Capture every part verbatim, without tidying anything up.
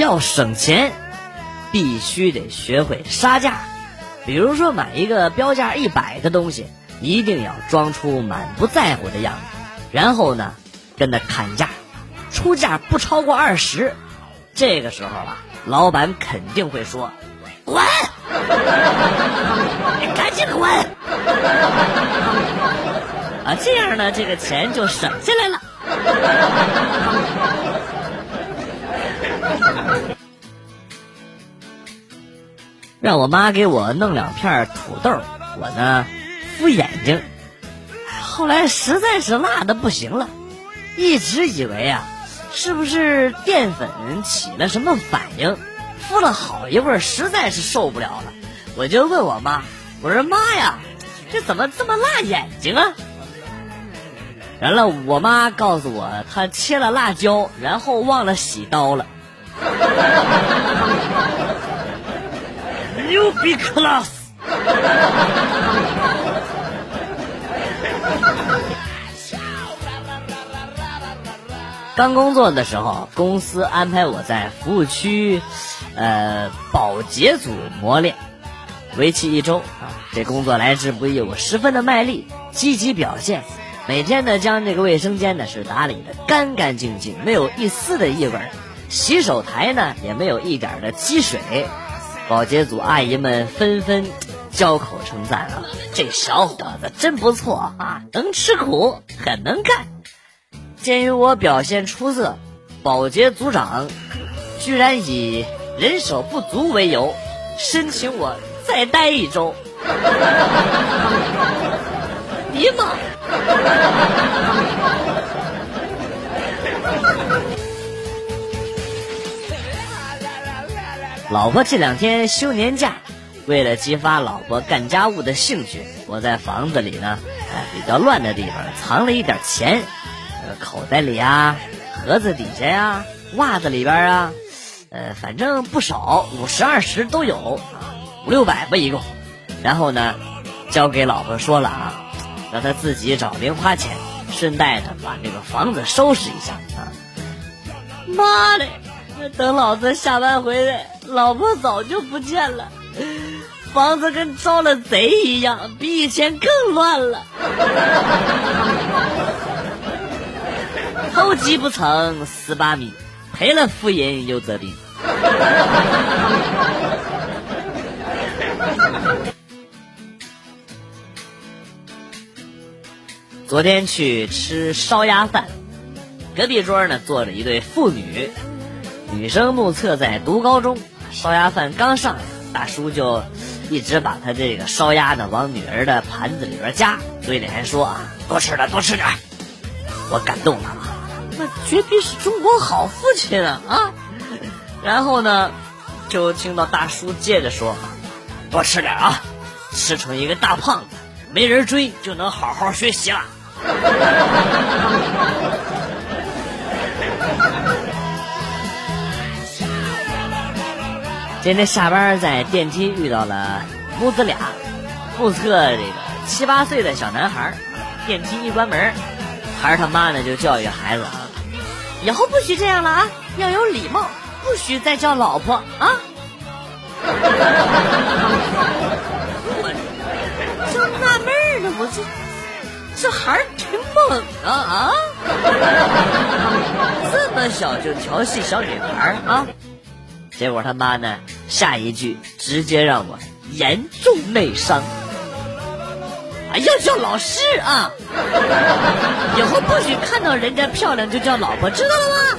要省钱，必须得学会杀价。比如说买一个标价一百的东西，一定要装出满不在乎的样子，然后呢跟他砍价，出价不超过二十。这个时候啊，老板肯定会说滚，你赶紧滚啊，这样呢这个钱就省下来了。让我妈给我弄两片土豆，我呢敷眼睛。后来实在是辣的不行了，一直以为啊是不是淀粉起了什么反应，敷了好一会儿实在是受不了了，我就问我妈，我说妈呀，这怎么这么辣眼睛啊？然后我妈告诉我，她切了辣椒然后忘了洗刀了。牛逼 class。 刚工作的时候，公司安排我在服务区呃保洁组磨练，为期一周啊。这工作来之不易，我十分的卖力，积极表现，每天呢将这个卫生间呢是打理的干干净净，没有一丝的异味，洗手台呢也没有一点的积水。保洁组阿姨们纷纷交口称赞啊，这小伙子真不错啊，能吃苦，很能干。鉴于我表现出色，保洁组长居然以人手不足为由申请我再待一周。尼玛！老婆这两天休年假，为了激发老婆干家务的兴趣，我在房子里呢，呃，比较乱的地方藏了一点钱，呃，口袋里啊，盒子底下呀、啊，袜子里边啊，呃，反正不少，五十二十都有啊，五六百吧一共。然后呢，交给老婆说了啊，让她自己找零花钱，顺带着把这个房子收拾一下啊。妈的！等老子下班回来，老婆早就不见了，房子跟招了贼一样，比以前更乱了。偷鸡不成蚀把米，赔了夫人又折兵。昨天去吃烧鸭饭，隔壁桌呢坐着一对父女，女生目测在读高中，烧鸭饭刚上来，大叔就一直把他这个烧鸭呢往女儿的盘子里边夹，嘴里还说啊，多吃点多吃点。我感动了啊，那绝逼是中国好父亲啊啊！然后呢，就听到大叔接着说，多吃点啊，吃成一个大胖子，没人追就能好好学习了。今天下班在电梯遇到了母子俩，目测这个七八岁的小男孩。电梯一关门，孩儿他妈呢就教育孩子啊，以后不许这样了啊，要有礼貌，不许再叫老婆啊。我正纳闷呢，我这这孩儿挺猛啊啊！这么小就调戏小女孩啊！结果他妈呢，下一句直接让我严重内伤。啊，要叫老师啊！以后不许看到人家漂亮就叫老婆，知道了吗？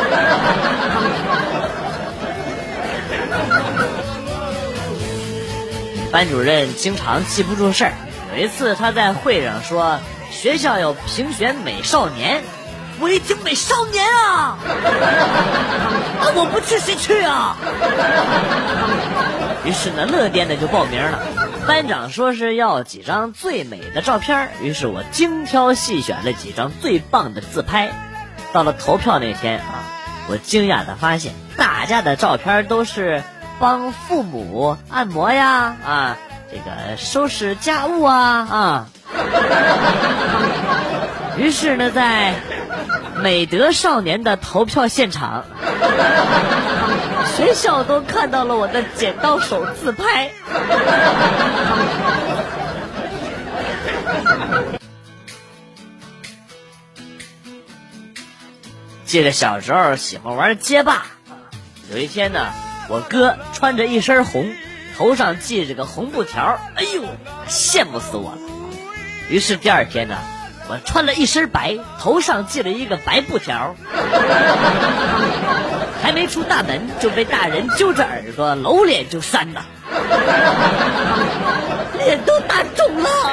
班主任经常记不住事儿，有一次他在会上说学校要评选美少年，我一听美少年啊，啊我不去谁去啊？于是呢，乐颠的就报名了。班长说是要几张最美的照片，于是我精挑细选了几张最棒的自拍。到了投票那天啊，我惊讶的发现大家的照片都是帮父母按摩呀，啊，这个收拾家务啊啊。于是呢，在美德少年的投票现场， 全校都看到了我的剪刀手自拍。记得小时候喜欢玩街霸，有一天呢，我哥穿着一身红，头上系着个红布条，哎呦，羡慕死我了。于是第二天呢，我穿了一身白，头上系了一个白布条，还没出大门就被大人揪着耳朵搂脸就扇了，脸都打肿了。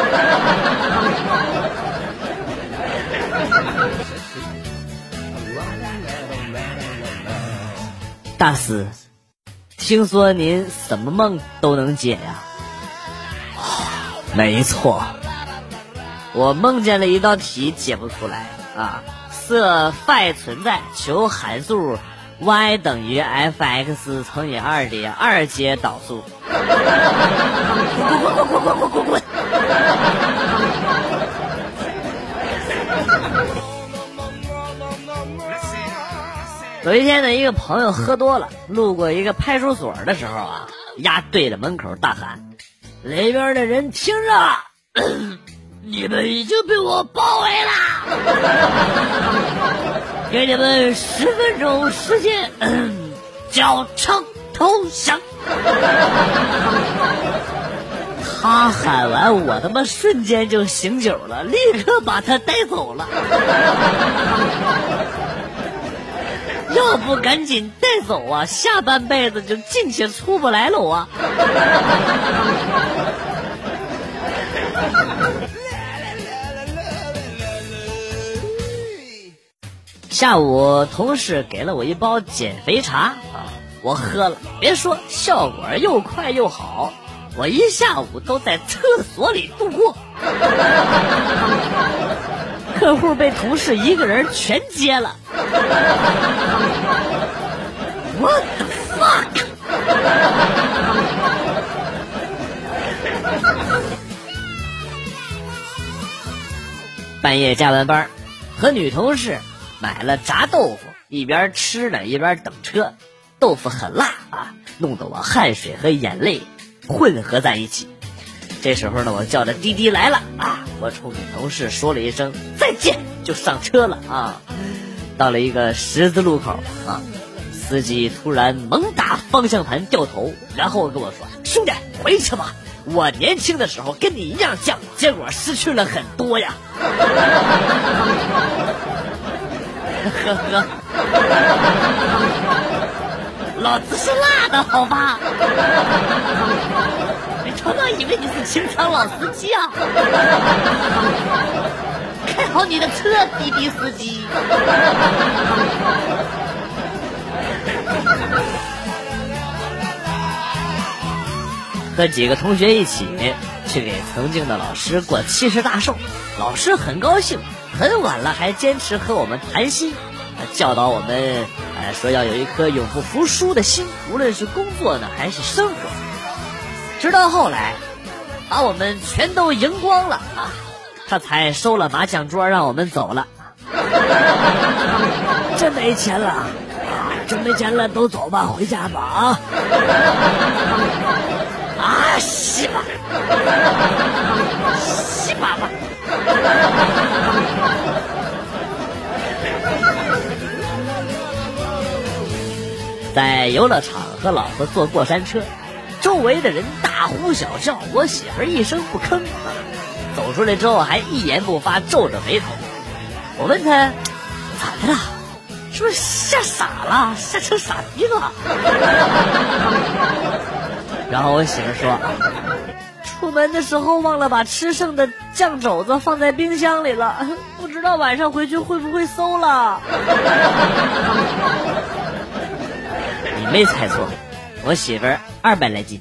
大师，听说您什么梦都能解呀？没错，我梦见了一道题解不出来啊，设 phi 存在，求函数 y 等于 f(x) 乘以二的二阶导数。滚滚滚滚滚滚滚滚！有一天呢，一个朋友喝多了，路过一个派出所的时候啊，丫对着门口大喊：“里边的人听着，你们已经被我包围了，给你们十分钟时间，交成投降。”他喊完，我他妈瞬间就醒酒了，立刻把他带走了。要不赶紧带走啊，下半辈子就进去出不来了啊。下午同事给了我一包减肥茶啊，我喝了，别说效果又快又好，我一下午都在厕所里度过。客户被同事一个人全接了。What the fuck？ 半夜加完班，和女同事买了炸豆腐，一边吃呢一边等车。豆腐很辣啊，弄得我汗水和眼泪混合在一起。这时候呢，我叫着滴滴来了啊！我冲女同事说了一声再见，就上车了啊。到了一个十字路口啊，司机突然猛打方向盘掉头，然后跟我说：“兄弟，回去吧，我年轻的时候跟你一样犟，结果失去了很多呀。”呵呵，老子是辣的好吧？常常以为你是情场老司机啊！开好你的车，滴滴司机。和几个同学一起去给曾经的老师过七十大寿，老师很高兴，很晚了还坚持和我们谈心，教导我们，呃，说要有一颗永不服输的心，无论是工作呢还是生活。直到后来把我们全都赢光了啊，他才收了麻将桌让我们走了。真没钱了啊，真没钱了，都走吧，回家吧啊！啊，西吧，西吧吧。在游乐场和老婆坐过山车，周围的人大呼小叫，我媳妇儿一声不吭啊。走出来之后还一言不发，皱着眉头。我问他咋的了，是不是吓傻了，吓成傻逼了？然后我媳妇儿说，出门的时候忘了把吃剩的酱肘子放在冰箱里了，不知道晚上回去会不会馊了。你没猜错，我媳妇儿二百来斤。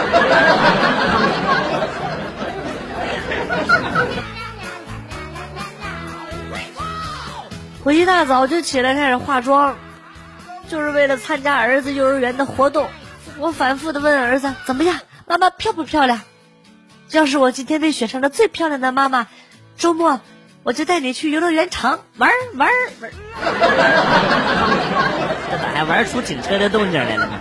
我一大早就起来开始化妆，就是为了参加儿子幼儿园的活动。我反复的问儿子怎么样，妈妈漂不漂亮？要是我今天被选成了最漂亮的妈妈，周末我就带你去游乐园场玩玩玩。 这咋还玩出警车的动静来了呢？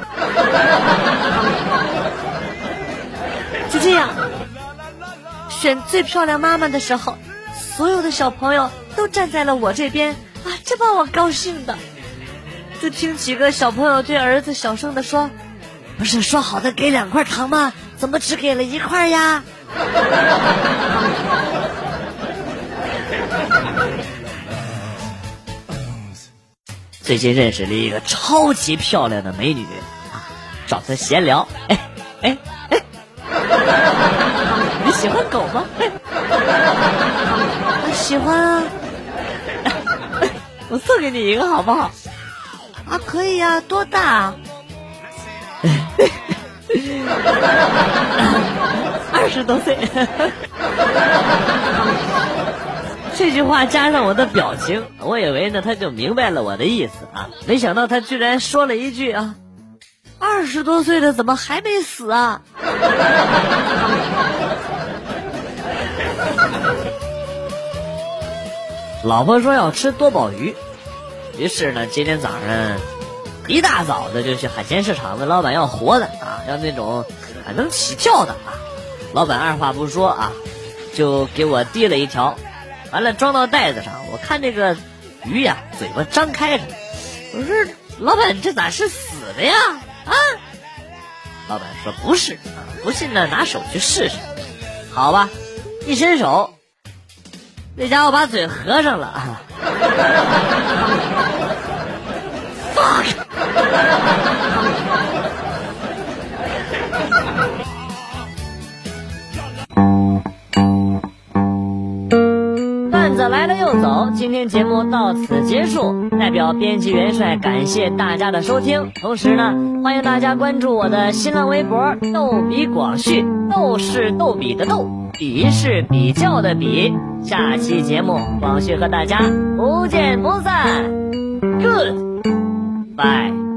就这样，选最漂亮妈妈的时候，所有的小朋友都站在了我这边啊，这把我高兴的。就听几个小朋友对儿子小声地说：“不是说好的给两块糖吗？怎么只给了一块呀？”最近认识了一个超级漂亮的美女啊，找她闲聊。哎哎哎，你喜欢狗吗？哎、喜欢啊。我送给你一个好不好？啊，可以呀、啊，多大？二十多岁。这句话加上我的表情，我以为呢他就明白了我的意思啊，没想到他居然说了一句啊，二十多岁的怎么还没死啊？老婆说要吃多宝鱼，于是呢今天早上一大早的就去海鲜市场问老板要活的啊，要那种啊能起跳的啊。老板二话不说啊，就给我递了一条，完了装到袋子上。我看这个鱼呀嘴巴张开着，我说老板这咋是死的呀？啊，老板说不是啊，不信呢拿手去试试。好吧，一伸手，那家伙把嘴合上了。fuck。段子来了又走，今天节目到此结束，代表编辑元帅感谢大家的收听，同时呢欢迎大家关注我的新浪微博逗比广旭，逗是逗比的逗，比是比较的比。下期节目广旭和大家不见不散， Goodbye。